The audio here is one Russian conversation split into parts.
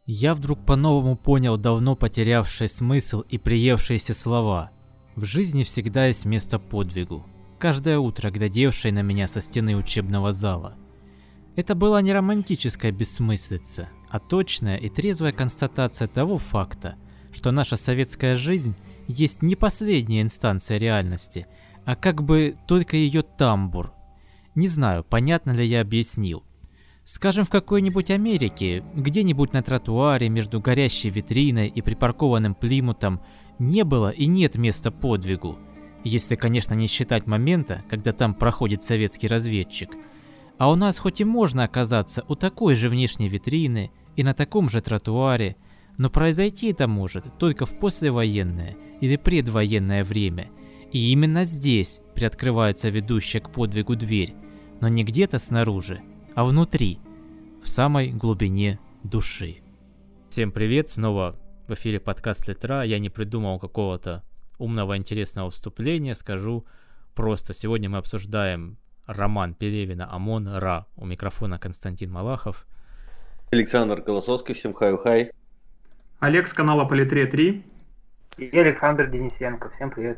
Я вдруг по-новому понял давно потерявший смысл и приевшиеся слова. В жизни всегда есть место подвигу. Каждое утро, глядевшее на меня со стены учебного зала. Это была не романтическая бессмыслица, а точная и трезвая констатация того факта, что наша советская жизнь есть не последняя инстанция реальности, а как бы только ее тамбур. Не знаю, понятно ли я объяснил. Скажем, в какой-нибудь Америке, где-нибудь на тротуаре между горящей витриной и припаркованным Плимутом не было и нет места подвигу, если, конечно, не считать момента, когда там проходит советский разведчик. А у нас хоть и можно оказаться у такой же внешней витрины и на таком же тротуаре, но произойти это может только в послевоенное или предвоенное время. И именно здесь приоткрывается ведущая к подвигу дверь, но не где-то снаружи, а внутри, в самой глубине души. Всем привет, снова в эфире подкаст Литра. Я не придумал какого-то умного, интересного вступления, скажу просто. Сегодня мы обсуждаем роман Пелевина «Амон-Ра». У микрофона Константин Малахов. Александр Колосовский, всем хай-хай. Олег с канала По Литре 3. И Александр Денисенко, всем привет.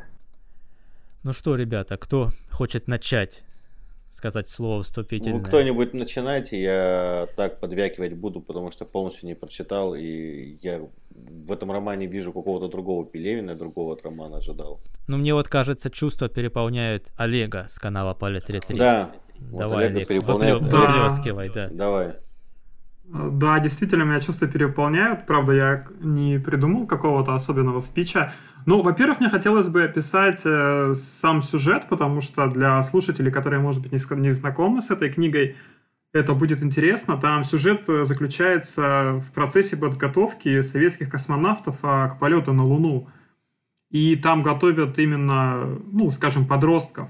Ну что, ребята, кто хочет начать сказать слово вступительное? Вы кто-нибудь начинайте, я так подвякивать буду, потому что полностью не прочитал, и я в этом романе вижу какого-то другого Пелевина, другого от романа ожидал. Ну, мне вот кажется, чувства переполняют Олега с канала По Литре 3. Да. Давай, вот Олег, переполняет. выплескивай, да. Давай. Да, действительно, меня чувства переполняют. Правда, я не придумал какого-то особенного спича. Ну, во-первых, мне хотелось бы описать сам сюжет, потому что для слушателей, которые, может быть, не знакомы с этой книгой, это будет интересно. Там сюжет заключается в процессе подготовки советских космонавтов к полету на Луну. И там готовят именно, ну, скажем, подростков.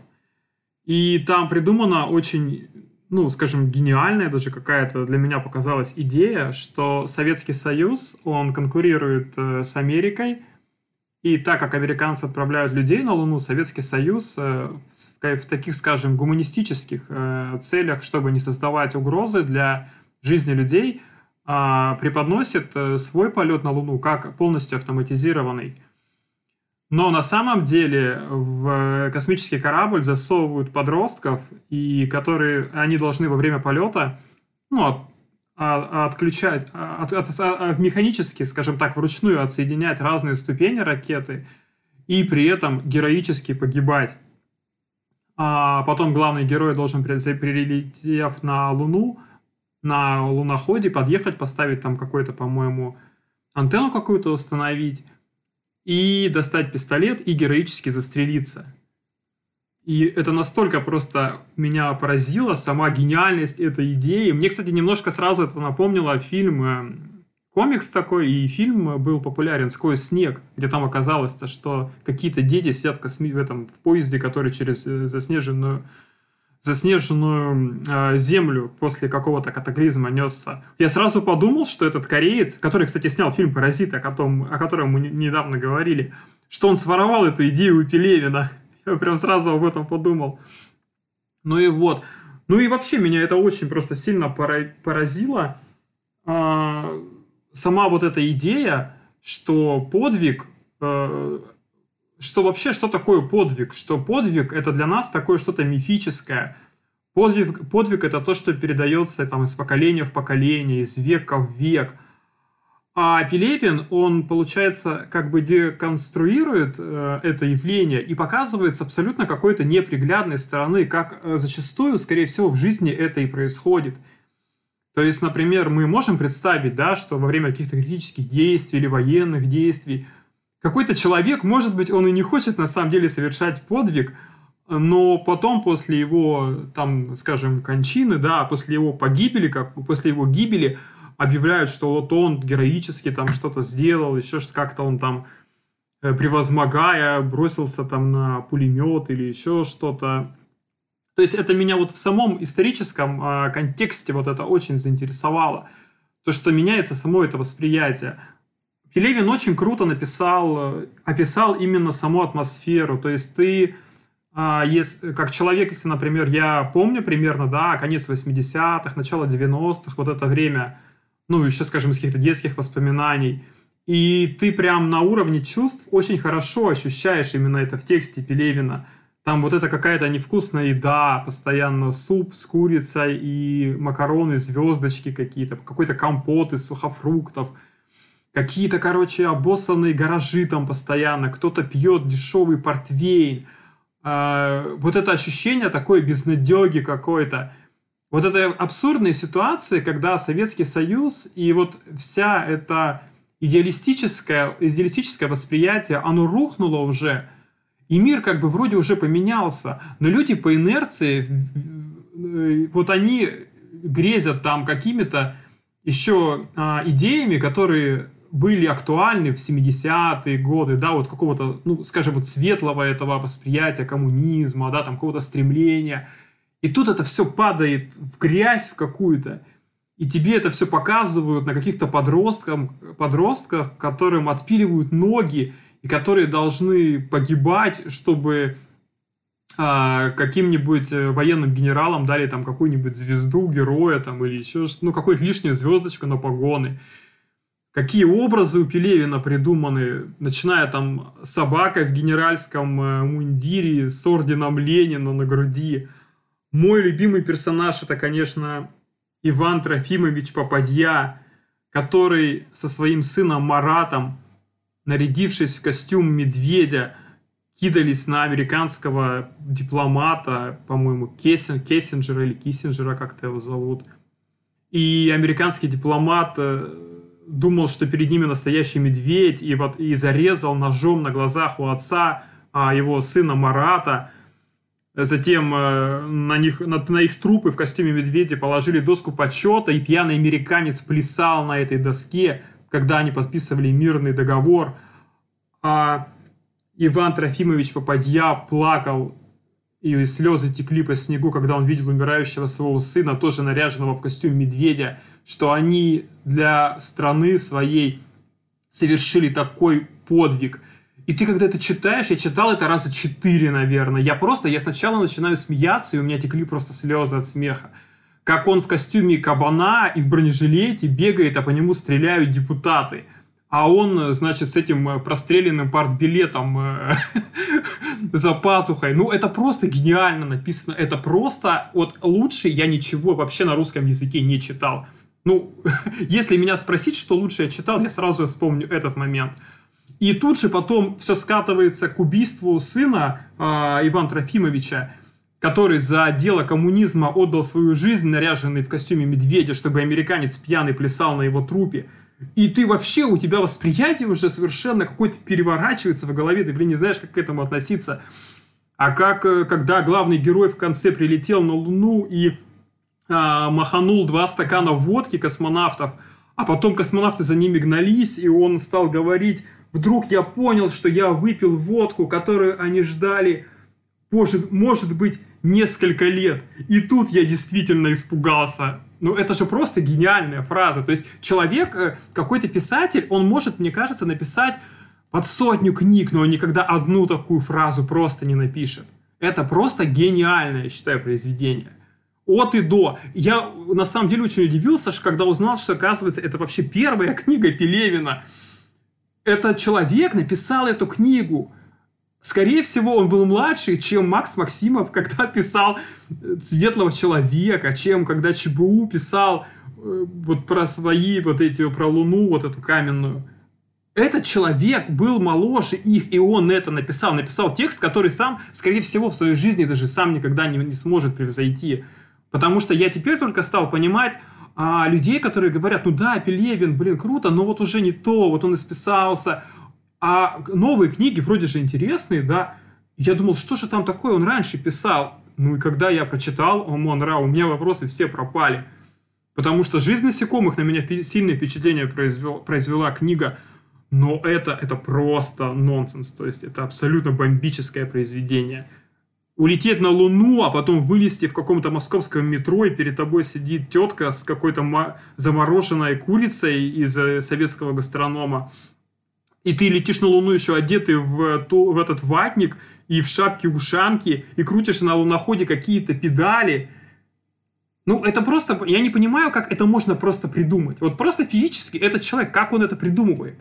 И там придумана очень, ну, скажем, гениальная даже какая-то для меня показалась идея, что Советский Союз, он конкурирует с Америкой, и так как американцы отправляют людей на Луну, Советский Союз в таких, скажем, гуманистических целях, чтобы не создавать угрозы для жизни людей, преподносит свой полет на Луну как полностью автоматизированный. Но на самом деле в космический корабль засовывают подростков, и они должны во время полета, ну, отключать, механически, скажем так, вручную отсоединять разные ступени ракеты и при этом героически погибать. А потом главный герой должен, прилетев на Луну, на луноходе подъехать, поставить там какой-то, по-моему, антенну какую-то установить, и достать пистолет и героически застрелиться. И это настолько просто меня поразило, сама гениальность этой идеи. Мне, кстати, немножко сразу это напомнило фильм, комикс такой, и фильм был популярен «Сквозь снег», где там оказалось, что какие-то дети сидят в поезде, который через заснеженную землю после какого-то катаклизма несся. Я сразу подумал, что этот кореец, который, кстати, снял фильм «Паразит», о котором мы недавно говорили, что он своровал эту идею у Пелевина. Я прям сразу об этом подумал. Ну и вот. Ну и вообще меня это очень просто сильно поразило. Сама вот эта идея, что подвиг... что такое подвиг? Что подвиг – это для нас такое что-то мифическое. Подвиг – это то, что передается там, из поколения в поколение, из века в век. А Пелевин, он, получается, как бы деконструирует это явление и показывает с абсолютно какой-то неприглядной стороны, как зачастую, скорее всего, в жизни это и происходит. То есть, например, мы можем представить, да, что во время каких-то критических действий или военных действий какой-то человек, может быть, он и не хочет на самом деле совершать подвиг, но потом после его, там, скажем, кончины, да, после его погибели, после его гибели, объявляют, что вот он героически там что-то сделал, еще как-то он там, превозмогая, бросился там на пулемет или еще что-то. То есть это меня вот в самом историческом контексте вот это очень заинтересовало. То, что меняется само это восприятие. Пелевин очень круто описал именно саму атмосферу. То есть ты, как человек, если, например, я помню примерно, да, конец 80-х, начало 90-х, вот это время ну, еще, скажем, из каких-то детских воспоминаний. И ты прям на уровне чувств очень хорошо ощущаешь именно это в тексте Пелевина. Там вот это какая-то невкусная еда, постоянно суп с курицей и макароны, звездочки какие-то, какой-то компот из сухофруктов, какие-то, короче, обоссанные гаражи там постоянно, кто-то пьет дешевый портвейн. Вот это ощущение такой безнадеги какой-то. Вот это абсурдные ситуации, когда Советский Союз и вот вся эта идеалистическое восприятие, оно рухнуло уже, и мир как бы вроде уже поменялся, но люди по инерции, вот они грезят там какими-то еще идеями, которые были актуальны в 70-е годы, да, вот какого-то, ну, скажем, вот светлого этого восприятия коммунизма, да, там какого-то стремления. И тут это все падает в грязь в какую-то, и тебе это все показывают на каких-то подростках, которым отпиливают ноги, и которые должны погибать, чтобы каким-нибудь военным генералам дали там какую-нибудь звезду героя там, или еще что-то, ну, какую-то лишнюю звездочку на погоны. Какие образы у Пелевина придуманы, начиная там с собакой в генеральском мундире с орденом Ленина на груди. Мой любимый персонаж это, конечно, Иван Трофимович Попадья, который со своим сыном Маратом, нарядившись в костюм медведя, кидались на американского дипломата, по-моему, Кессинджера или Киссинджера, как-то его зовут. И американский дипломат думал, что перед ними настоящий медведь, и зарезал ножом на глазах у отца его сына Марата. Затем на их трупы в костюме медведя положили доску почета, и пьяный американец плясал на этой доске, когда они подписывали мирный договор. А Иван Трофимович Попадья плакал, и слезы текли по снегу, когда он видел умирающего своего сына, тоже наряженного в костюм медведя, что они для страны своей совершили такой подвиг. И ты, когда это читаешь, я читал это раза 4, наверное. Я сначала начинаю смеяться, и у меня текли просто слезы от смеха. Как он в костюме кабана и в бронежилете бегает, а по нему стреляют депутаты. А он, значит, с этим простреленным партбилетом за пазухой. Ну, это просто гениально написано. Это просто... Вот лучше я ничего вообще на русском языке не читал. Ну, если меня спросить, что лучше я читал, я сразу вспомню этот момент. И тут же потом все скатывается к убийству сына Ивана Трофимовича, который за дело коммунизма отдал свою жизнь, наряженный в костюме медведя, чтобы американец пьяный плясал на его трупе. И ты вообще, у тебя восприятие уже совершенно какое-то переворачивается в голове, ты, не знаешь, как к этому относиться. А когда главный герой в конце прилетел на Луну и маханул 2 стакана водки космонавтов, а потом космонавты за ними гнались, и он стал говорить: «Вдруг я понял, что я выпил водку, которую они ждали, может быть, несколько лет. И тут я действительно испугался». Ну, это же просто гениальная фраза. То есть человек, какой-то писатель, он может, мне кажется, написать под 100 книг, но он никогда одну такую фразу просто не напишет. Это просто гениальное, я считаю, произведение. От и до. Я, на самом деле, очень удивился, когда узнал, что, оказывается, это вообще первая книга Пелевина. Этот человек написал эту книгу. Скорее всего, он был младше, чем Макс Максимов, когда писал «Светлого человека», чем когда ЧБУ писал вот про свои, про Луну, вот эту каменную. Этот человек был моложе их, и он это написал. Написал текст, который сам, скорее всего, в своей жизни даже сам никогда не сможет превзойти. Потому что я теперь только стал понимать людей, которые говорят: ну да, Пелевин, круто, но вот уже не то, вот он исписался. А новые книги вроде же интересные, да. Я думал, что же там такое он раньше писал. Ну и когда я прочитал Омон-Ra, у меня вопросы все пропали. Потому что «Жизнь насекомых» на меня сильное впечатление произвела книга. Но это просто нонсенс. То есть это абсолютно бомбическое произведение. Улететь на Луну, а потом вылезти в каком-то московском метро, и перед тобой сидит тетка с какой-то замороженной курицей из советского гастронома. И ты летишь на Луну еще одетый в этот ватник и в шапке-ушанке, и крутишь на луноходе какие-то педали. Ну, это просто... Я не понимаю, как это можно просто придумать. Вот просто физически этот человек, как он это придумывает.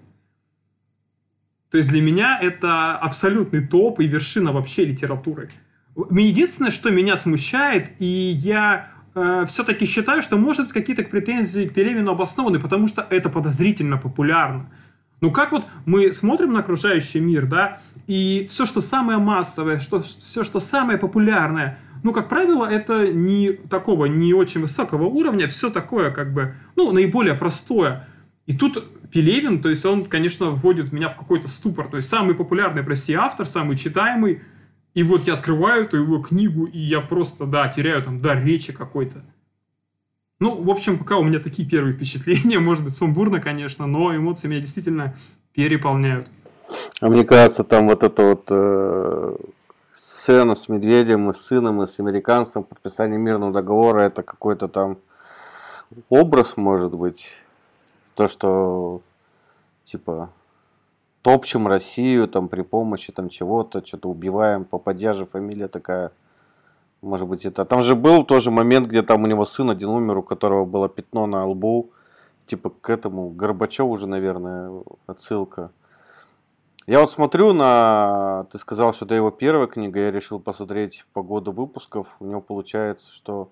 То есть для меня это абсолютный топ и вершина вообще литературы. Единственное, что меня смущает, и я все-таки считаю, что, может быть, какие-то претензии к Пелевину обоснованы, потому что это подозрительно популярно. Ну, как вот мы смотрим на окружающий мир, да, и все, что самое массовое, все, что самое популярное, ну, как правило, это не такого, не очень высокого уровня, все такое, как бы, ну, наиболее простое. И тут Пелевин, то есть он, конечно, вводит меня в какой-то ступор. То есть самый популярный в России автор, самый читаемый. И вот я открываю эту его книгу, и я просто, да, теряю там дар речи какой-то. Ну, в общем, пока у меня такие первые впечатления. Может быть, сумбурно, конечно, но эмоции меня действительно переполняют. А мне кажется, там вот эта вот сцена с Медведем и с сыном, и с американцем, подписание мирного договора, это какой-то там образ, может быть. То, что типа топчем Россию там при помощи там чего-то, что-то убиваем, попадья же фамилия такая. Может быть, это... Там же был тоже момент, где там у него сын один умер, у которого было пятно на лбу. Типа к этому Горбачеву уже, наверное, отсылка. Я вот смотрю на... Ты сказал, что это его первая книга. Я решил посмотреть по году выпусков. У него получается, что...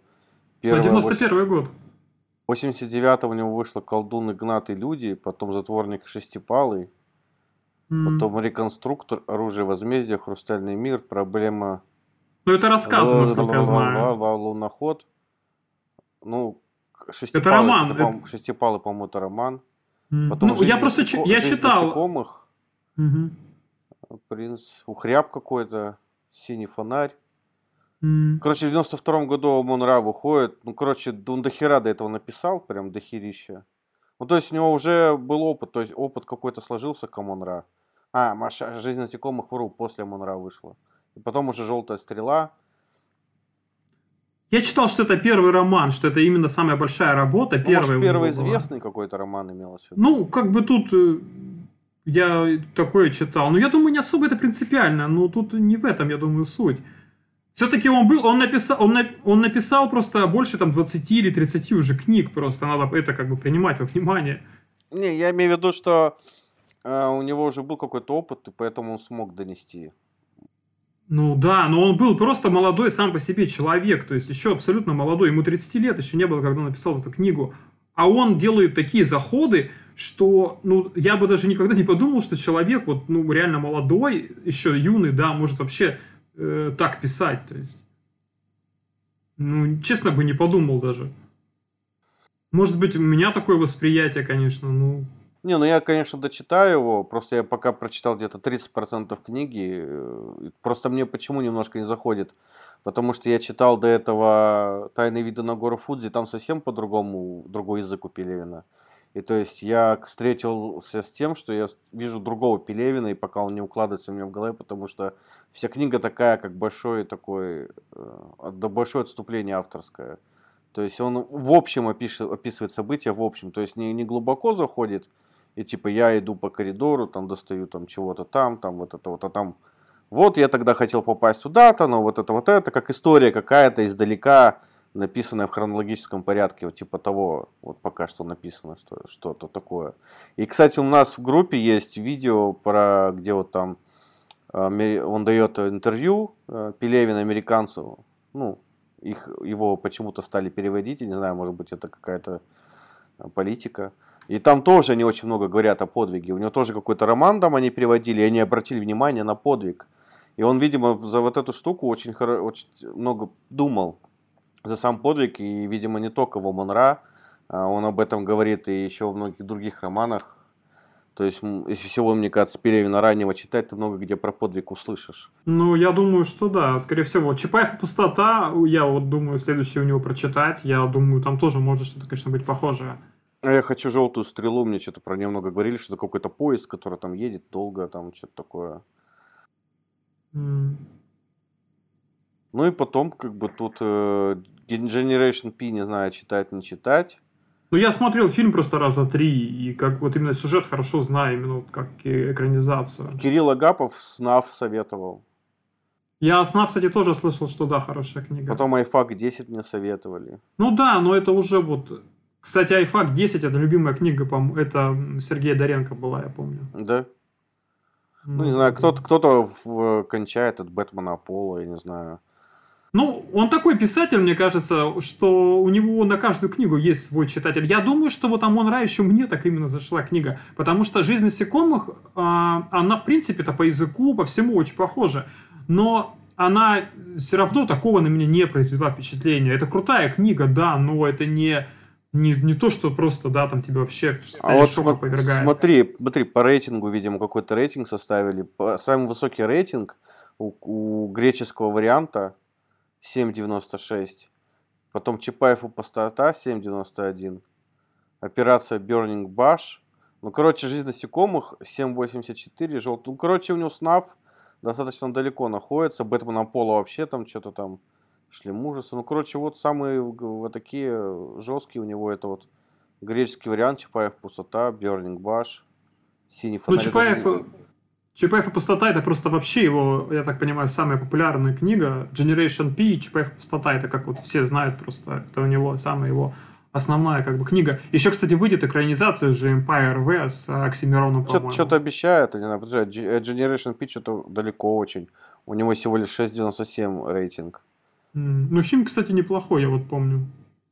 91 год. 89-го у него вышло «Колдун, Игнат и люди», потом «Затворник Шестипалый», потом «Реконструктор», «Оружие возмездия», «Хрустальный мир», «Проблема...» Ну, это рассказано, насколько я знаю. «Луноход». Ну, «Шестипалый», это роман. «Шестипалый», по-моему, это роман. Потом ну, я просто я читал. Насекомых. «Принц», «Ухряб» какой-то, «Синий фонарь». Короче, в 92-м году Амон-Ра выходит. Ну, короче, он дохера до этого написал, прям дохерища. Ну, то есть у него уже был опыт, то есть опыт какой-то сложился к Амон-Ра. «Жизнь насекомых», вру, после Амон-Ра вышла. И потом уже «Желтая стрела». Я читал, что это первый роман, что это именно самая большая работа. Ну, может, первый известный какой-то роман имелось в виду. Ну, как бы тут я такое читал. Но я думаю, не особо это принципиально. Но тут не в этом, я думаю, суть. Все-таки он написал просто больше там 20 или 30 уже книг, просто надо это как бы принимать во внимание. Не, я имею в виду, что у него уже был какой-то опыт, и поэтому он смог донести. Ну да, но он был просто молодой сам по себе человек, то есть еще абсолютно молодой, ему 30 лет еще не было, когда он написал эту книгу. А он делает такие заходы, что, ну, я бы даже никогда не подумал, что человек, вот, ну, реально молодой, еще юный, да, может вообще... так писать, то есть. Ну, честно бы не подумал даже. Может быть, у меня такое восприятие, конечно, ну... Не, ну я, конечно, дочитаю его, просто я пока прочитал где-то 30% книги, просто мне почему немножко не заходит, потому что я читал до этого «Тайные виды на гору Фудзи», там совсем по-другому, другой язык у Пелевина. И то есть я встретился с тем, что я вижу другого Пелевина, и пока он не укладывается у меня в голове, потому что вся книга такая, как большое отступление авторское. То есть он в общем описывает события, в общем, то есть не глубоко заходит, и типа я иду по коридору, там достаю там чего-то там вот это вот, а там вот я тогда хотел попасть туда-то, но вот это, как история какая-то издалека, написанное в хронологическом порядке, вот типа того, вот пока что написано, что-то такое. И, кстати, у нас в группе есть видео, где вот там он дает интервью Пелевин американцу, ну, его почему-то стали переводить, я не знаю, может быть, это какая-то политика. И там тоже они очень много говорят о подвиге. У него тоже какой-то роман там они переводили, и они обратили внимание на подвиг. И он, видимо, за вот эту штуку очень много думал. За сам подвиг, и, видимо, не только в Амон-Ра, он об этом говорит и еще в многих других романах. То есть, если всего, мне кажется, Пелевина раннего читать, ты много где про подвиг услышишь. Ну, я думаю, что да, скорее всего. «Чапаев и пустота», я вот думаю, следующее у него прочитать, я думаю, там тоже может что-то, конечно, быть похожее. А я хочу «Желтую стрелу», мне что-то про нее много говорили, что это какой-то поезд, который там едет долго, там что-то такое. Ну и потом, как бы тут Generation P, не знаю, читать, не читать. Ну, я смотрел фильм просто раза 3, и как вот именно сюжет хорошо знаю, именно вот как экранизацию. Кирилл Агапов «Снав» советовал. Я «Сна», кстати, тоже слышал, что да, хорошая книга. Потом iFAQ 10 мне советовали. Ну да, но это уже вот... Кстати, iFAQ 10 это любимая книга, по-моему, это Сергея Доренко была, я помню. Да? Ну, не знаю, кто-то кончает от Бэтмена Аполло, я не знаю. Ну, он такой писатель, мне кажется, что у него на каждую книгу есть свой читатель. Я думаю, что вот Амон Ра еще мне так именно зашла книга, потому что «Жизнь насекомых», она, в принципе-то, по языку, по всему очень похожа. Но она все равно такого на меня не произвела впечатления. Это крутая книга, да, но это не то, что просто, да, там тебя вообще в состояние шока повергает. Смотри, по рейтингу, видимо, какой-то рейтинг составили. Самый высокий рейтинг у греческого варианта 7,96. Потом Чапаев и пустота 7,91. Операция Burning Bush. Ну, короче, «Жизнь насекомых» 7,84. Желтый. Ну, короче, у него СНАФ достаточно далеко находится. Бэтмен Аполло вообще там что-то там. Шлем ужаса. Ну, короче, вот самые вот такие жесткие у него это вот греческий вариант. Чапаев пустота, Burning Bush, Синий фонарь. Ну, Чапаев и пустота это просто вообще его, я так понимаю, самая популярная книга. Generation P и Чапаев и пустота это как вот все знают просто. Это у него самая его основная как бы книга. Еще, кстати, выйдет экранизация же Empire V с Оксимироном, по-моему. Что-то обещают, я не знаю, подожди, Generation P что-то далеко очень. У него всего лишь 6,97 рейтинг. Ну, фильм, кстати, неплохой, я вот помню.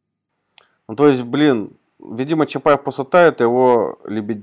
Ну, то есть, блин, видимо, Чапаев пустота это его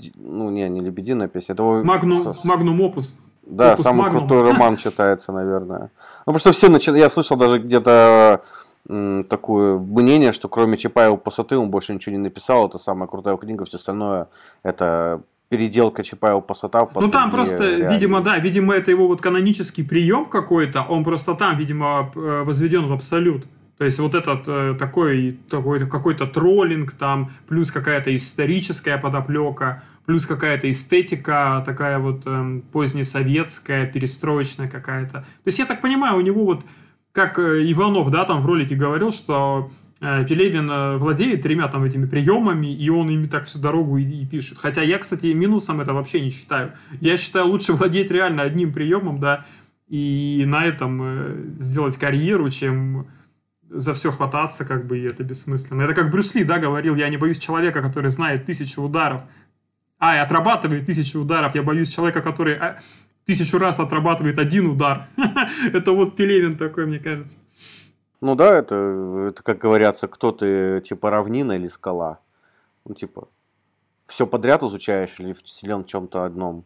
не лебединая песня, это его... Магнум Опус. Да, Опус самый Magnum. крутой роман считается, наверное. Ну, потому что все я слышал даже где-то такое мнение, что кроме Чапаева пустоты он больше ничего не написал, это самая крутая книга, все остальное это переделка Чапаева пустота. Ну, там просто, видимо, это его вот канонический прием какой-то, он просто там, видимо, возведен в абсолют. То есть вот этот такой какой-то троллинг там, плюс какая-то историческая подоплека, плюс какая-то эстетика такая вот позднесоветская, перестроечная какая-то. То есть я так понимаю, у него вот, как Иванов, да, там в ролике говорил, что Пелевин владеет 3 там этими приемами, и он ими так всю дорогу и пишет. Хотя я, кстати, минусом это вообще не считаю. Я считаю, лучше владеть реально одним приемом, да, и на этом сделать карьеру, чем за все хвататься, как бы, и это бессмысленно. Это как Брюс Ли, да, говорил, я не боюсь человека, который знает 1000 ударов, и отрабатывает 1000 ударов, я боюсь человека, который 1000 раз отрабатывает 1 удар. Это вот Пелевин такой, мне кажется. Ну да, это как говорятся, кто ты, типа равнина или скала. Ну, типа, все подряд изучаешь или силен в чем-то одном.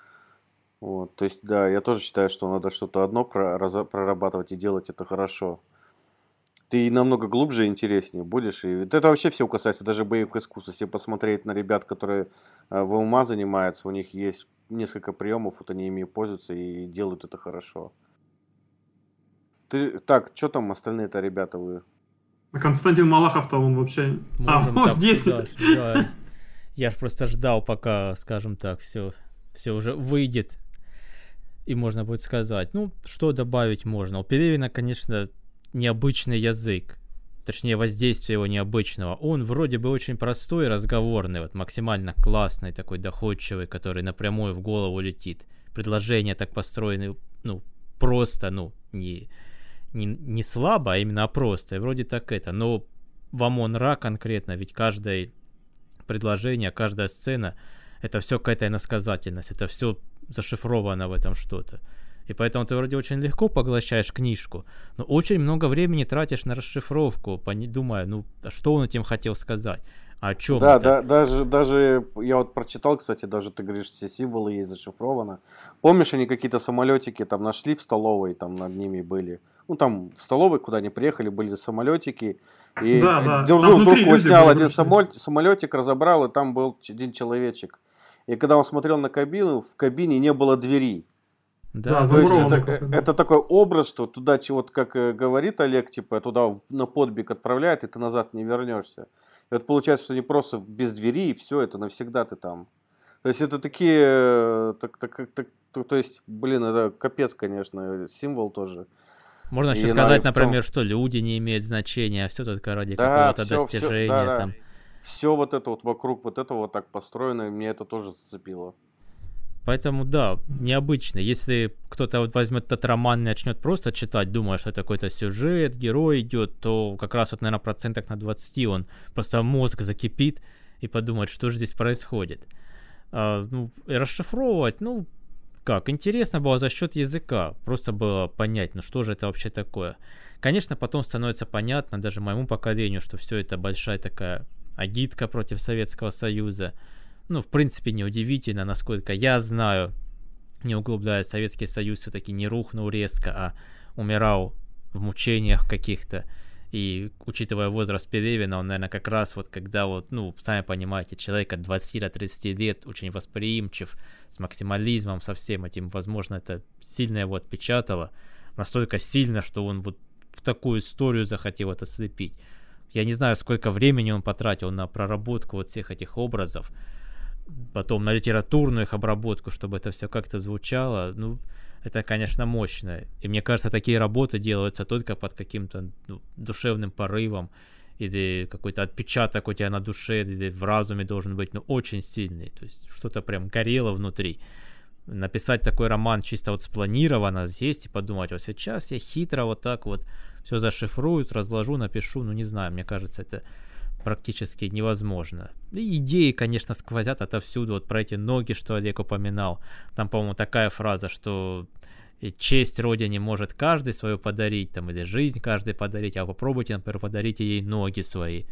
Вот, то есть, да, я тоже считаю, что надо что-то одно прорабатывать и делать это хорошо. Ты намного глубже и интереснее будешь. И это вообще все касается даже боевых искусств. Если посмотреть на ребят, которые в ММА занимаются, у них есть несколько приемов, вот они ими пользуются и делают это хорошо. Так, что там остальные-то ребята вы? Константин Малахов-то он вообще... здесь. Да. Я ж просто ждал, пока, скажем так, все уже выйдет. И можно будет сказать. Ну, что добавить можно? У Пелевина, конечно, необычный язык. Точнее, воздействие его необычного. Он вроде бы очень простой, разговорный, вот максимально классный, такой доходчивый, который напрямую в голову летит. Предложения так построены, ну, просто, ну, не слабо, а именно просто. И вроде так это. Но в Амон Ра конкретно, ведь каждое предложение, каждая сцена, это все какая-то иносказательность, это все зашифровано в этом что-то. И поэтому ты вроде очень легко поглощаешь книжку, но очень много времени тратишь на расшифровку, думая, ну, что он этим хотел сказать, о чем это? Да, даже я вот прочитал, кстати, даже ты говоришь, все символы есть зашифровано. Помнишь, они какие-то самолетики там нашли в столовой, там над ними были. Ну, там в столовой, куда они приехали, были самолетики. И вдруг его снял один самолетик, разобрал, и там был один человечек. И когда он смотрел на кабину, в кабине не было двери. Да, то есть это такой образ, что туда чего-то, как говорит Олег, типа туда на подбег отправляет, и ты назад не вернешься. И вот получается, что не просто без двери, и все, это навсегда ты там. То есть это такие, то есть, блин, это капец, конечно, символ тоже. Можно еще сказать, например, что люди не имеют значения, а все только ради какого-то достижения. Там. Все вот это вот вокруг вот этого вот так построено, и мне это тоже зацепило. Поэтому, да, необычно. Если кто-то вот возьмет этот роман и начнет просто читать, думая, что это какой-то сюжет, герой идет, то как раз вот, наверное, процентах на 20 он просто мозг закипит и подумает, что же здесь происходит. И расшифровывать, как, интересно было за счет языка. Просто было понять, что же это вообще такое. Конечно, потом становится понятно даже моему поколению, что все это большая такая агитка против Советского Союза. В принципе, неудивительно, насколько я знаю, не углубляясь, Советский Союз все-таки не рухнул резко, а умирал в мучениях каких-то. И, учитывая возраст Пелевина, он, наверное, как раз вот когда сами понимаете, человек от 20 до 30 лет очень восприимчив, с максимализмом, со всем этим, возможно, это сильно его отпечатало. Настолько сильно, что он вот в такую историю захотел это слепить. Я не знаю, сколько времени он потратил на проработку вот всех этих образов, потом на литературную их обработку, чтобы это все как-то звучало. Это, конечно, мощно. И мне кажется, такие работы делаются только под каким-то душевным порывом, или какой-то отпечаток у тебя на душе, или в разуме должен быть очень сильный. То есть что-то прям горело внутри. Написать такой роман чисто вот спланированно, сесть и подумать, вот сейчас я хитро вот так вот все зашифрую, разложу, напишу, не знаю, мне кажется, это практически невозможно. И идеи, конечно, сквозят отовсюду, вот про эти ноги, что Олег упоминал. Там, по-моему, такая фраза, что честь Родине может каждый свою подарить, или жизнь каждый подарить, а попробуйте, например, подарите ей ноги свои.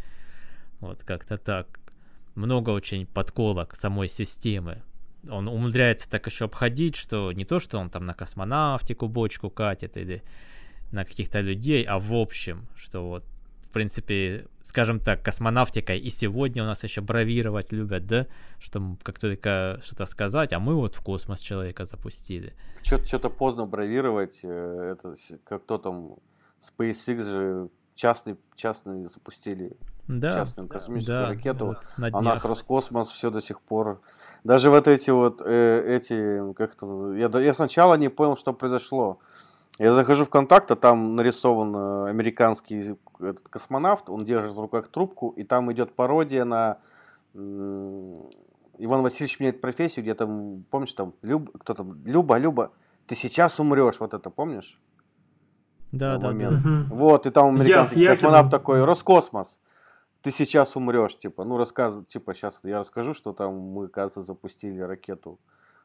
Вот как-то так. Много очень подколок самой системы. Он умудряется так еще обходить, что не то, что он там на космонавтику бочку катит или на каких-то людей, а в общем, что вот в принципе, скажем так, космонавтикой и сегодня у нас еще бравировать любят, да, что как только что-то сказать, а мы вот в космос человека запустили. Что-то поздно бравировать, это как кто там, SpaceX же частный запустили, частную космическую ракету, вот а нас Роскосмос все до сих пор. Даже вот эти как-то, я сначала не понял, что произошло. Я захожу в «Контакт», а там нарисован американский этот космонавт, он держит в руках трубку, и там идет пародия на Иван Васильевич меняет профессию, где там, помнишь, там, Люба, ты сейчас умрешь, вот это помнишь? Да. Вот, и там американский космонавт такой, Роскосмос, ты сейчас умрешь, сейчас я расскажу, что там мы, кажется, запустили ракету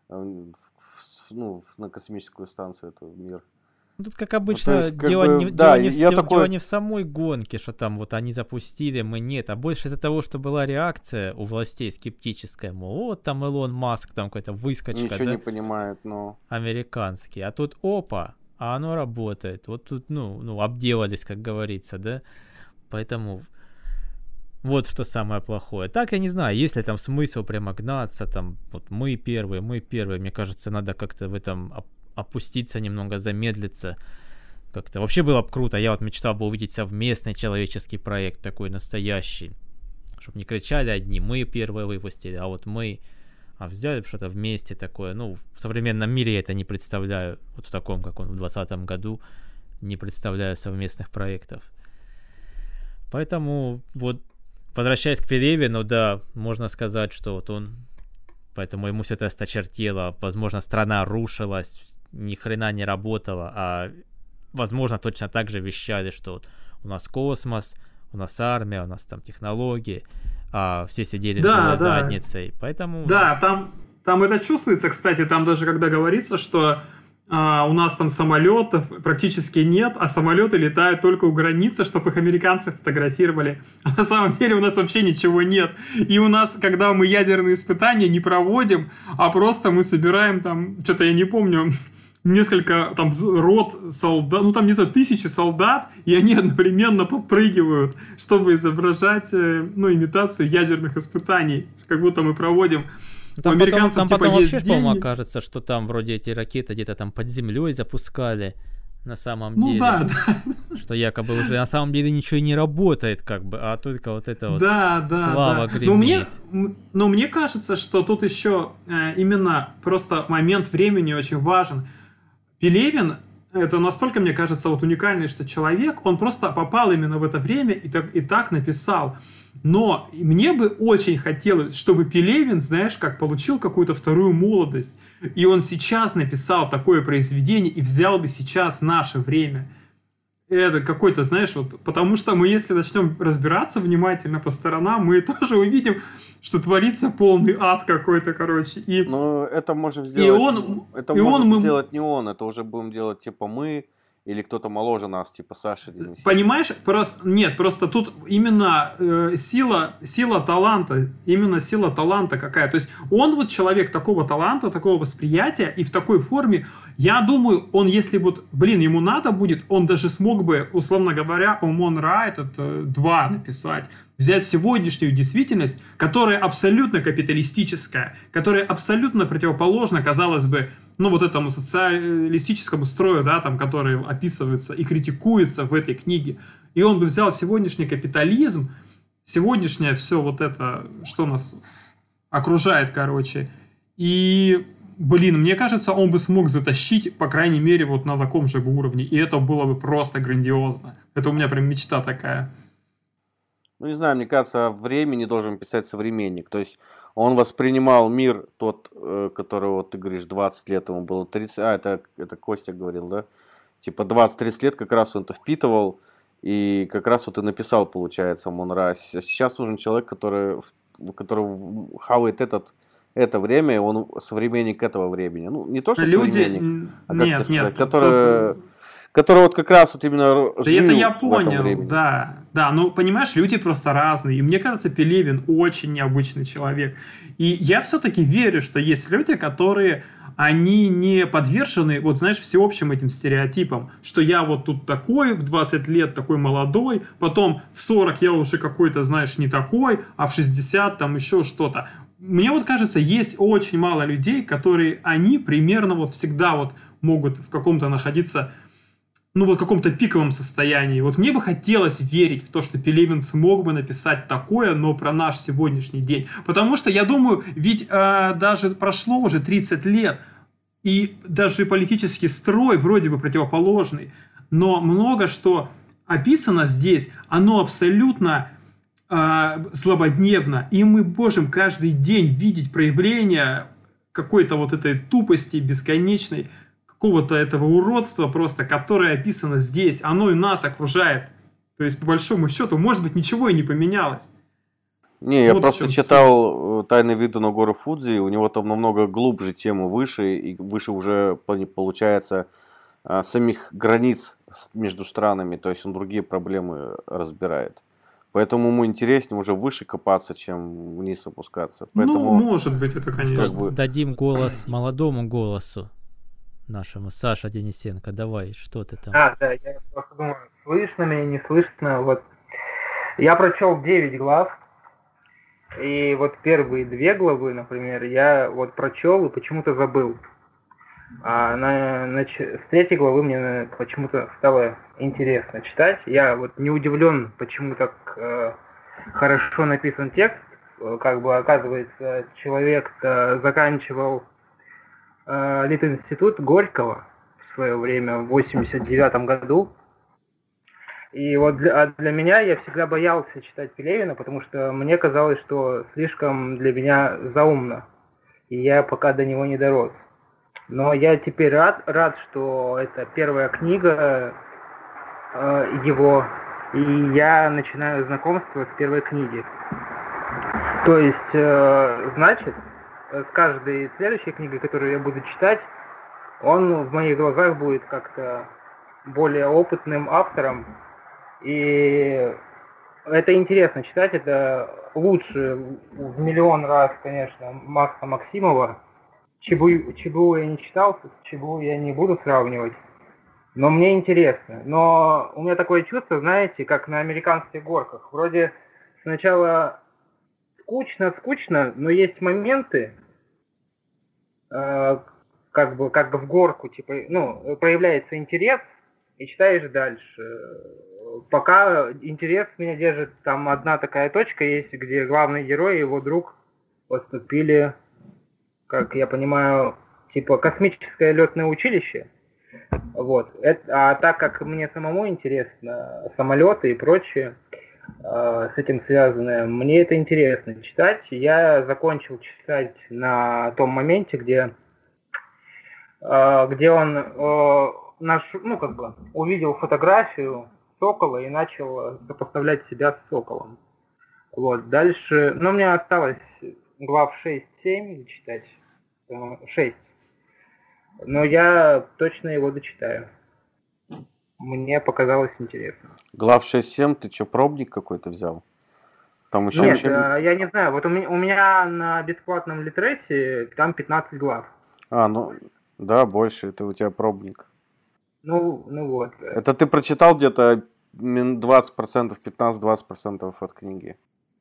на космическую станцию, это мир. Тут, как обычно, дело не в самой гонке, что там вот они запустили, мы нет, а больше из-за того, что была реакция у властей скептическая, мол, вот там Илон Маск, там какой-то выскочка, ничего не понимает, американский, а тут опа, а оно работает, вот тут, обделались, как говорится, да, поэтому вот что самое плохое. Так, я не знаю, есть ли там смысл прямо гнаться, там, вот мы первые, мне кажется, надо как-то в этом опуститься немного, замедлиться. Как-то вообще было бы круто. Я вот мечтал бы увидеть совместный человеческий проект, такой настоящий. Чтобы не кричали одни, мы первые выпустили, а вот мы. А взяли бы что-то вместе такое. В современном мире я это не представляю. Вот в таком, как он в 2020 году, не представляю совместных проектов. Поэтому, вот, возвращаясь к Пелевину, да, можно сказать, что вот он... Поэтому ему все это осточертело. Возможно, страна рушилась, ни хрена не работала, а возможно, точно так же вещали, что вот у нас космос, у нас армия, у нас там технологии, а все сидели с голой задницей. Поэтому... Да, там это чувствуется, кстати, там даже когда говорится, что у нас там самолетов практически нет, а самолеты летают только у границы, чтобы их американцы фотографировали. А на самом деле у нас вообще ничего нет. И у нас, когда мы ядерные испытания не проводим, а просто мы собираем там, что-то я не помню, несколько там рот солдат, там, не знаю, 1000 солдат, и они одновременно подпрыгивают, чтобы изображать, имитацию ядерных испытаний, как будто мы проводим. Там потом вообще, по-моему, окажется, что там вроде эти ракеты где-то там под землей запускали на самом деле. Да. Что якобы уже на самом деле ничего и не работает, как бы, а только вот это вот слава гремит. Но мне кажется, что тут еще именно просто момент времени очень важен. Пелевин это настолько, мне кажется, вот уникальный, что человек, он просто попал именно в это время и так написал. Но мне бы очень хотелось, чтобы Пелевин, знаешь, как получил какую-то вторую молодость, и он сейчас написал такое произведение и взял бы сейчас наше время. Это какой-то, знаешь, вот, потому что мы, если начнем разбираться внимательно по сторонам, мы тоже увидим, что творится полный ад какой-то, короче. Ну, это можем сделать, сделать не он, это уже будем делать типа мы, или кто-то моложе нас, типа Саша Денисенко. Понимаешь, просто тут именно сила таланта, именно сила таланта какая. То есть он вот человек такого таланта, такого восприятия, и в такой форме, я думаю, он, если вот, ему надо будет, он даже смог бы, условно говоря, Омон-Ра этот 2 написать. Взять сегодняшнюю действительность, которая абсолютно капиталистическая, которая абсолютно противоположна, казалось бы, ну, вот этому социалистическому строю, да, там, который описывается и критикуется в этой книге. И он бы взял сегодняшний капитализм, сегодняшнее все вот это, что нас окружает, короче, и, мне кажется, он бы смог затащить, по крайней мере, вот на таком же уровне, и это было бы просто грандиозно. Это у меня прям мечта такая. Ну, не знаю, мне кажется, о времени должен писать современник. То есть он воспринимал мир тот, который, вот ты говоришь, 20 лет ему было, 30... это Костя говорил, да? Типа 20-30 лет как раз он это впитывал, и как раз вот и написал, получается, Омон-Ра. Сейчас нужен человек, который хавает это время, и он современник этого времени. Ну, не то, что современник, а как тебе сказать, который вот как раз вот именно жил это я в этом понял, времени. Да, ну, понимаешь, люди просто разные. И мне кажется, Пелевин очень необычный человек. И я все-таки верю, что есть люди, которые, они не подвержены, вот знаешь, всеобщим этим стереотипам, что я вот тут такой, в 20 лет такой молодой, потом в 40 я уже какой-то, знаешь, не такой, а в 60 там еще что-то. Мне вот кажется, есть очень мало людей, которые, они примерно вот всегда вот могут в каком-то находиться, ну, вот в каком-то пиковом состоянии. Вот мне бы хотелось верить в то, что Пелевин смог бы написать такое, но про наш сегодняшний день. Потому что, я думаю, ведь даже прошло уже 30 лет, и даже политический строй вроде бы противоположный, но много что описано здесь, оно абсолютно злободневно, и мы можем каждый день видеть проявление какой-то вот этой тупости бесконечной, какого-то этого уродства просто, которое описано здесь, оно и нас окружает. То есть, по большому счету, может быть, ничего и не поменялось. Не, я просто читал «Тайны Видуна горы Фудзи», у него там намного глубже тема выше, и выше уже получается самих границ между странами, то есть он другие проблемы разбирает. Поэтому ему интереснее уже выше копаться, чем вниз опускаться. Поэтому, ну, может быть, это, конечно. Дадим голос молодому голосу нашему. Саша Денисенко, давай, что ты там? Да, я просто думаю, слышно меня, не слышно. Вот я прочел 9 глав, и вот первые 2 главы, например, я вот прочел и почему-то забыл. А с 3 главы мне почему-то стало интересно читать. Я вот не удивлен, почему так хорошо написан текст. Как бы, оказывается, человек заканчивал Литинститут Горького в свое время, в 89 году. И вот для меня, я всегда боялся читать Пелевина, потому что мне казалось, что слишком для меня заумно. И я пока до него не дорос. Но я теперь рад, что это первая книга его, и я начинаю знакомство с первой книги. То есть, значит, с каждой следующей книгой, которую я буду читать, он в моих глазах будет как-то более опытным автором. И это интересно читать, это лучше в миллион раз, конечно, Макса Максимова. Чебу я не читал, с Чебу я не буду сравнивать. Но мне интересно. Но у меня такое чувство, знаете, как на американских горках. Вроде сначала скучно, но есть моменты, как бы в горку, типа, ну, появляется интерес, и читаешь дальше. Пока интерес меня держит, там одна такая точка есть, где главный герой и его друг поступили, как я понимаю, типа космическое летное училище. Вот. А так как мне самому интересно самолеты и прочее, с этим связанное, мне это интересно читать. Я закончил читать на том моменте, где он увидел фотографию сокола и начал сопоставлять себя с соколом. Вот, дальше, мне осталось глав 6-7 читать, 6, но я точно его дочитаю. Мне показалось интересно. Глав 6-7, ты что, пробник какой-то взял? Там еще Нет, я не знаю, вот у меня на бесплатном Литресе там 15 глав. Да, больше, это у тебя пробник. Ну вот. Это ты прочитал где-то 20%, 15-20% от книги.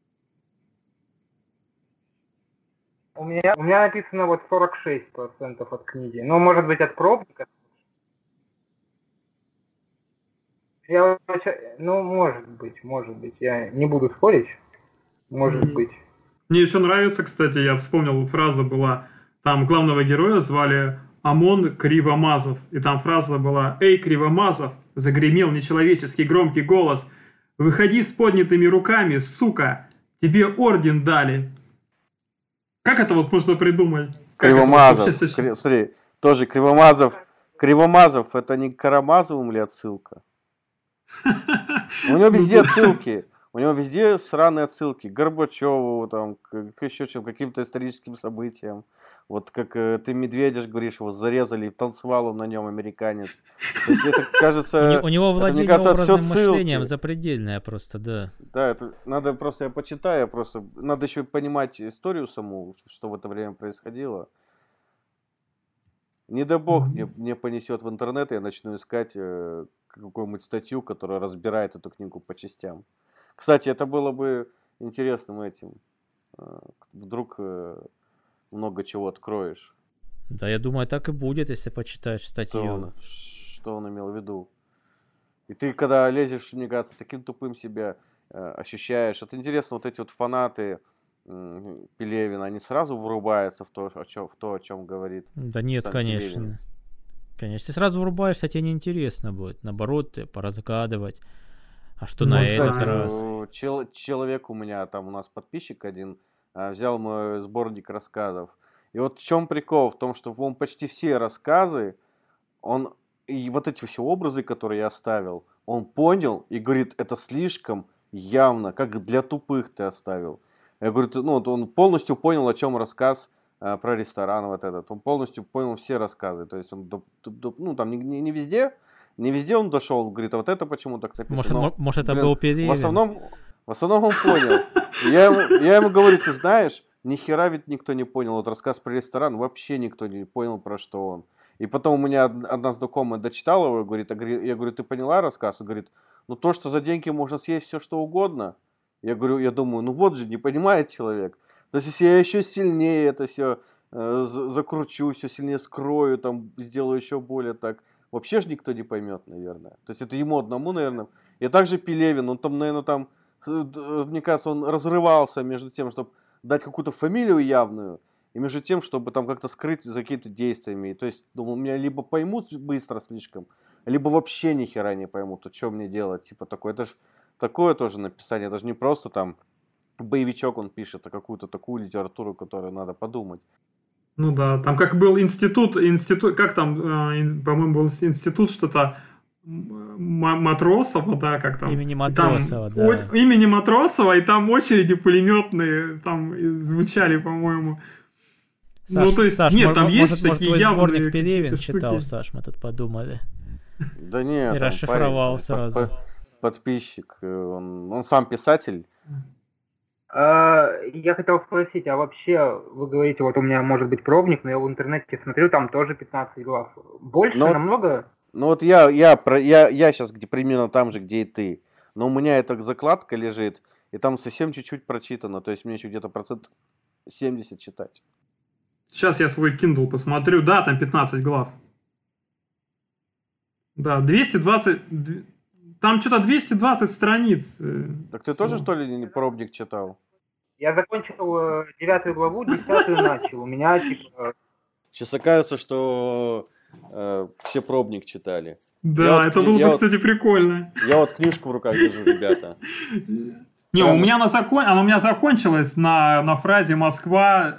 У меня написано вот 46% от книги. Ну, может быть, от пробника. Может быть. Я не буду спорить. Может быть. Мне еще нравится, кстати, я вспомнил, фраза была, там главного героя звали Амон Кривомазов. И там фраза была: «Эй, Кривомазов!» Загремел нечеловеческий громкий голос. «Выходи с поднятыми руками, сука! Тебе орден дали!» Как это вот можно придумать? Кривомазов. Смотри, тоже Кривомазов. Кривомазов, это не к Карамазовым ли отсылка? У него везде отсылки. У него везде сраные отсылки. К Горбачеву, там, к еще чем, каким-то историческим событиям. Вот как ты Медведев говоришь, его зарезали, танцевал он на нем, американец. То есть это, кажется... У него владение образным мышлением запредельное просто, да. Да, это надо просто, я почитаю, надо еще понимать историю саму, что в это время происходило. Не дай бог мне понесет в интернет, и я начну искать какую-нибудь статью, которая разбирает эту книгу по частям. Кстати, это было бы интересным этим. Вдруг много чего откроешь. Да, я думаю, так и будет, если почитаешь статью. Что он имел в виду. И ты, когда лезешь, мне кажется, таким тупым себя ощущаешь. Вот интересно, вот эти вот фанаты Пелевина, они сразу врубаются в то, о чем говорит. Да нет, конечно. Пелевин. Конечно, если сразу врубаешься, тебе неинтересно будет. Наоборот, ты поразгадывать. А что на этот раз? Человек у меня, там у нас подписчик один, взял мой сборник рассказов. И вот в чем прикол? В том, что он почти все рассказы, и вот эти все образы, которые я оставил, он понял и говорит, это слишком явно, как для тупых ты оставил. Я говорю, он полностью понял, о чем рассказ про ресторан вот этот. Он полностью понял все рассказы. То есть он, там не везде он дошел, он говорит, а вот это почему так написано. Может, это был Пелевин? В основном он понял. Я ему говорю, ты знаешь, ни хера ведь никто не понял. Вот рассказ про ресторан, вообще никто не понял, про что он. И потом у меня одна знакомая дочитала его, говорит, я говорю, ты поняла рассказ? Он говорит, то, что за деньги можно съесть все, что угодно. Я думаю, вот же, не понимает человек. То есть, если я еще сильнее это все закручу, все сильнее скрою, там, сделаю еще более так, вообще же никто не поймет, наверное. То есть, это ему одному, наверное. И также Пелевин, он там, наверное, мне кажется, он разрывался между тем, чтобы дать какую-то фамилию явную, и между тем, чтобы там как-то скрыть за какими-то действиями. То есть, думал, меня либо поймут быстро слишком, либо вообще ни хера не поймут, то что мне делать? Типа такое, это же такое тоже написание, это же не просто там боевичок он пишет, а какую-то такую литературу, которую надо подумать. Ну да, там как был институт, как там, по-моему, был институт что-то Матросова, да, как там. Имени Матросова, там, да. Имени Матросова, и там очереди пулеметные там звучали, по-моему. Саш, то есть, Саш, нет, там есть может, такие твой явные сборник Пелевин штуки. читал, Саш, мы тут подумали. Да нет, и расшифровал сразу. Подписчик, он сам писатель. Я хотел спросить, а вообще, вы говорите, вот у меня может быть пробник, но я в интернете смотрю, там тоже 15 глав. Больше намного? Ну вот я сейчас примерно там же, где и ты. Но у меня эта закладка лежит, и там совсем чуть-чуть прочитано. То есть мне еще где-то 70% читать. Сейчас я свой Kindle посмотрю. Да, там 15 глав. Да, 220... Там что-то 220 страниц. Так ты тоже, что ли, пробник читал? Я закончил 9 главу, 10 начал. У меня типа... Сейчас окажется, что все пробник читали. Да, это было бы, кстати, прикольно. Я вот книжку в руках держу, ребята. Не, у меня она у меня закончилась на фразе «Москва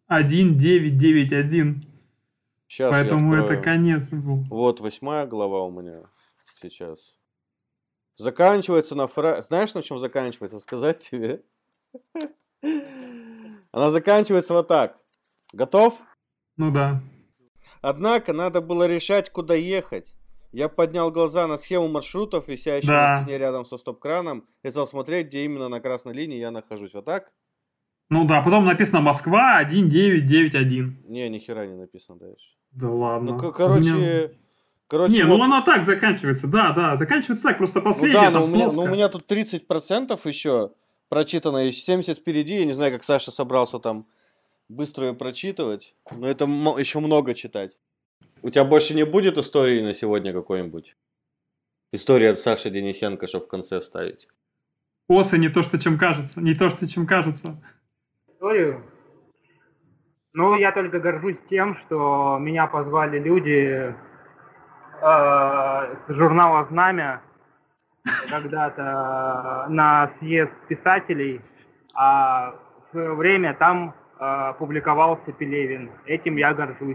1991». Сейчас поэтому это конец был. Вот 8 глава у меня сейчас. Заканчивается на фразе... Знаешь, на чем заканчивается? Сказать тебе? Она заканчивается вот так. Готов? Ну да. Однако надо было решать, куда ехать. Я поднял глаза на схему маршрутов, висящую на стене рядом со стоп-краном, и стал смотреть, где именно на красной линии я нахожусь. Вот так? Ну да, потом написано «Москва 1991». Не, ни хера не написано дальше. Да ладно. Ну, короче... Не, ну она так заканчивается, да, заканчивается так, просто последняя там сноска. У меня тут 30% еще прочитано, и 70 впереди, я не знаю, как Саша собрался там быстро ее прочитывать, но это еще много читать. У тебя больше не будет истории на сегодня какой-нибудь? История от Саши Денисенко, что в конце ставить? Осы не то, что чем кажется, не то, что чем кажется. Историю? Ну, я только горжусь тем, что меня позвали люди с журнала «Знамя» когда-то на съезд писателей, а в свое время там публиковался Пелевин. Этим я горжусь.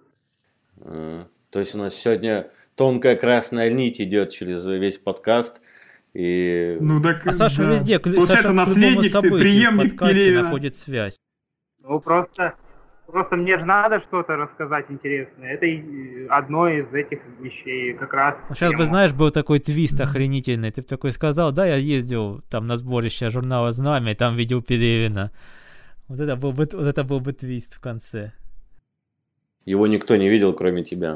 То есть у нас сегодня тонкая красная нить идет через весь подкаст. И... Ну, так, а Саша везде, получается, Саша наследник, ты преемник Пелевина. Находит связь. Ну, просто мне же надо что-то рассказать интересное. Это одно из этих вещей как раз. Сейчас бы, знаешь, был такой твист охренительный. Ты бы такой сказал, да, я ездил там на сборище журнала «Знамя», и там видел Пелевина. Вот это был бы твист в конце. Его никто не видел, кроме тебя.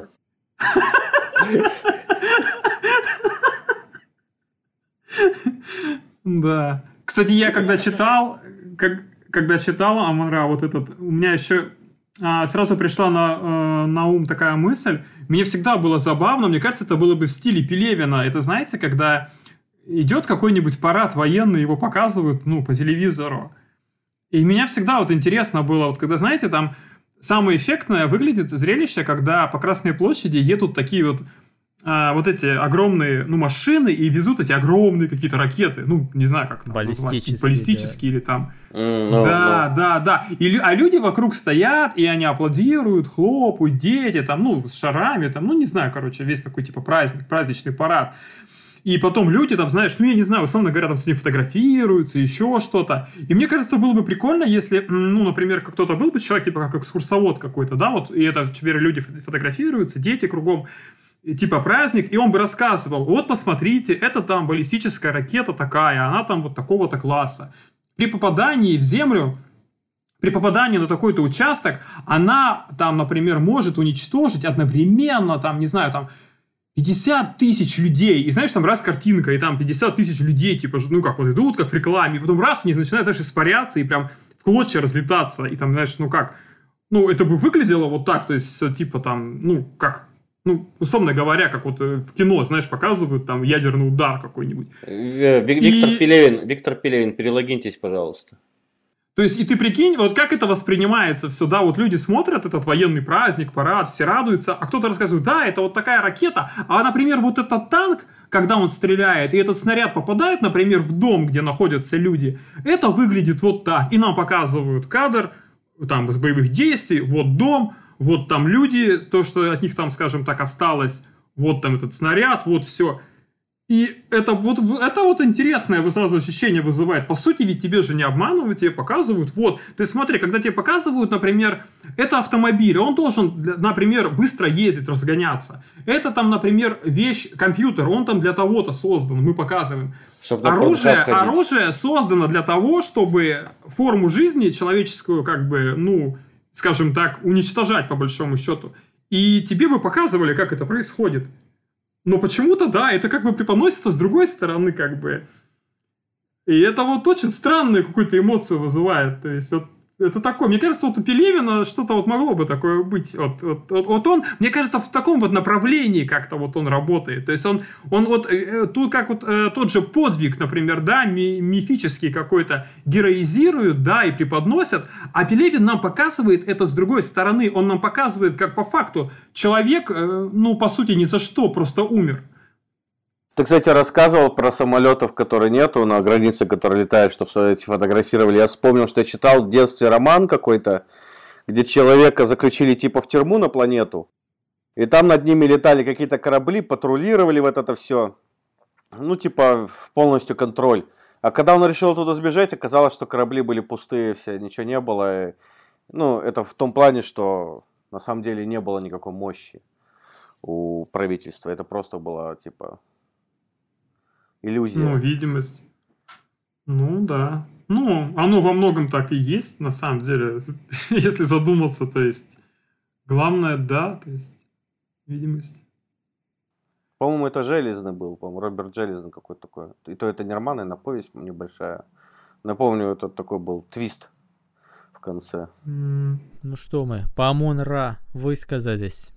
Да. Кстати, я когда читал Амон-Ra, вот этот, у меня еще сразу пришла на ум такая мысль. Мне всегда было забавно, мне кажется, это было бы в стиле Пелевина. Это, знаете, когда идет какой-нибудь парад военный, его показывают, по телевизору. И меня всегда вот интересно было, вот когда, знаете, там самое эффектное выглядит зрелище, когда по Красной площади едут такие вот эти огромные, машины и везут эти огромные какие-то ракеты, не знаю, как там назвать, баллистические или там. Да. А люди вокруг стоят, и они аплодируют, хлопают, дети там, с шарами, там, не знаю, короче, весь такой типа праздник, праздничный парад. И потом люди там, знаешь, я не знаю, условно говоря, там с ним фотографируются, еще что-то. И мне кажется, было бы прикольно, если, например, кто-то был бы человек, типа как экскурсовод какой-то, да, вот, и это теперь люди фотографируются, дети кругом, типа праздник, и он бы рассказывал, вот посмотрите, это там баллистическая ракета такая, она там вот такого-то класса. При попадании в Землю, при попадании на такой-то участок, она там, например, может уничтожить одновременно, там, не знаю, там, 50 тысяч людей, и знаешь, там раз картинка, и там 50 тысяч людей, типа, как вот идут, как в рекламе, и потом раз, они начинают, знаешь, испаряться, и прям в клочья разлетаться, и там, знаешь, это бы выглядело вот так, то есть, типа, там, условно говоря, как вот в кино, знаешь, показывают там ядерный удар какой-нибудь. Виктор Пелевин, перелогиньтесь, пожалуйста. То есть, и ты прикинь, вот как это воспринимается все, да, вот люди смотрят этот военный праздник, парад, все радуются, а кто-то рассказывает, да, это вот такая ракета, а, например, вот этот танк, когда он стреляет, и этот снаряд попадает, например, в дом, где находятся люди, это выглядит вот так, и нам показывают кадр, там, с боевых действий, вот дом, вот там люди, то, что от них там, скажем так, осталось, вот там этот снаряд, вот все. И это вот интересное сразу ощущение вызывает. По сути, ведь тебе же не обманывают, тебе показывают. Вот. То есть смотри, когда тебе показывают, например, это автомобиль, он должен, например, быстро ездить, разгоняться. Это там, например, вещь, компьютер, он там для того-то создан, мы показываем. Оружие создано для того, чтобы форму жизни человеческую, как бы, скажем так, уничтожать по большому счету. И тебе бы показывали, как это происходит. Но почему-то, да, это как бы преподносится с другой стороны, как бы. И это вот очень странную какую-то эмоцию вызывает. То есть, вот Это такое, мне кажется, вот у Пелевина что-то вот могло бы такое быть. Вот он, мне кажется, в таком вот направлении как-то вот он работает. То есть он вот, тут как вот тот же подвиг, например, да, мифический какой-то героизируют, да, и преподносят, а Пелевин нам показывает это с другой стороны. Он нам показывает, как по факту человек, ну, по сути, ни за что просто умер. Ты, кстати, рассказывал про самолетов, которые нету на границе, которые летают, чтобы эти фотографировали. Я вспомнил, что я читал в детстве роман какой-то, где человека заключили типа в тюрьму на планету. И там над ними летали какие-то корабли, патрулировали вот это все. Ну, типа, полностью контроль. А когда он решил туда сбежать, оказалось, что корабли были пустые, все, ничего не было. И, ну, это в том плане, что на самом деле не было никакой мощи у правительства. Это просто было, типа... иллюзия. Ну, видимость. Ну, да. Ну, оно во многом так и есть, на самом деле, если задуматься, то есть, главное, да, то есть, видимость. По-моему, это Железный был, по-моему, Роберт Железный какой-то такой. И то это не роман, а повесть небольшая. Напомню, это такой был твист в конце. Ну что мы, по Амон-Ра высказались.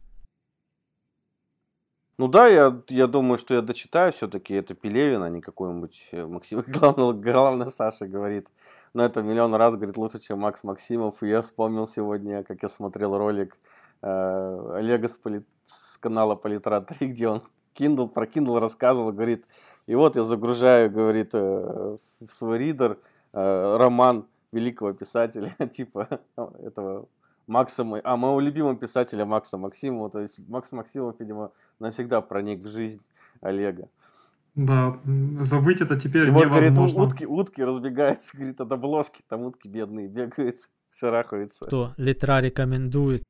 Ну да, я думаю, что я дочитаю все-таки это Пелевин, а не какой-нибудь Максим. Главное, Саша говорит, но это миллион раз, говорит, лучше, чем Макс Максимов. И я вспомнил сегодня, как я смотрел ролик Олега с канала Политра 3, где он про Kindle рассказывал, говорит, и вот я загружаю, говорит, в свой ридер роман великого писателя, типа этого моего любимого писателя Макса Максимова. То есть Макс Максимов, видимо, навсегда проник в жизнь Олега. Да, забыть это теперь и невозможно. Вот, говорит, утки разбегаются, говорит, от обложки, там утки бедные бегают, шарахаются. Что, Литра рекомендует?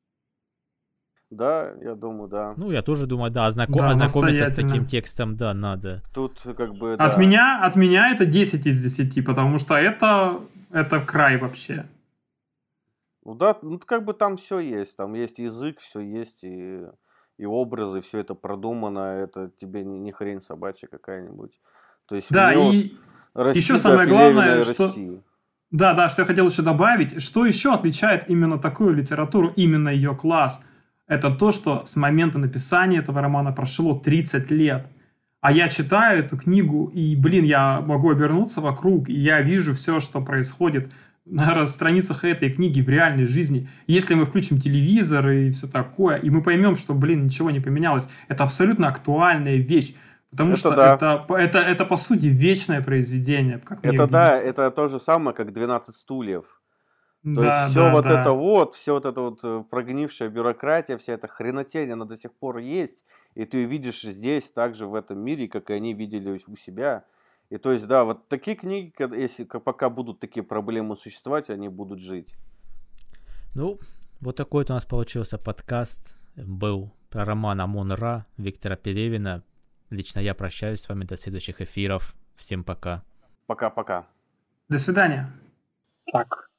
Да, я думаю, да. Ну, я тоже думаю, да, ознакомиться с таким текстом, да, надо. Тут как бы, да. От меня это 10 из 10, потому что это край вообще. Ну да, ну как бы там все есть, там есть язык, все есть, и образы, все это продумано, это тебе не хрень собачья какая-нибудь. То есть да, и вот еще самое главное, что... Да, что я хотел еще добавить, что еще отличает именно такую литературу, именно ее класс, это то, что с момента написания этого романа прошло 30 лет. А я читаю эту книгу, и, я могу обернуться вокруг, и я вижу все, что происходит на страницах этой книги в реальной жизни. Если мы включим телевизор и все такое, и мы поймем, что, ничего не поменялось, это абсолютно актуальная вещь. Потому что это по сути вечное произведение. Как мне видится. Это то же самое, как 12 стульев. То есть все вот это прогнившая бюрократия, вся эта хренотень, она до сих пор есть. И ты видишь здесь, также в этом мире, как и они видели у себя. И то есть, да, вот такие книги, если пока будут такие проблемы существовать, они будут жить. Ну, вот такой вот у нас получился подкаст. Был про роман Амон-Ра Виктора Пелевина. Лично я прощаюсь с вами до следующих эфиров. Всем пока. Пока-пока. До свидания. Так.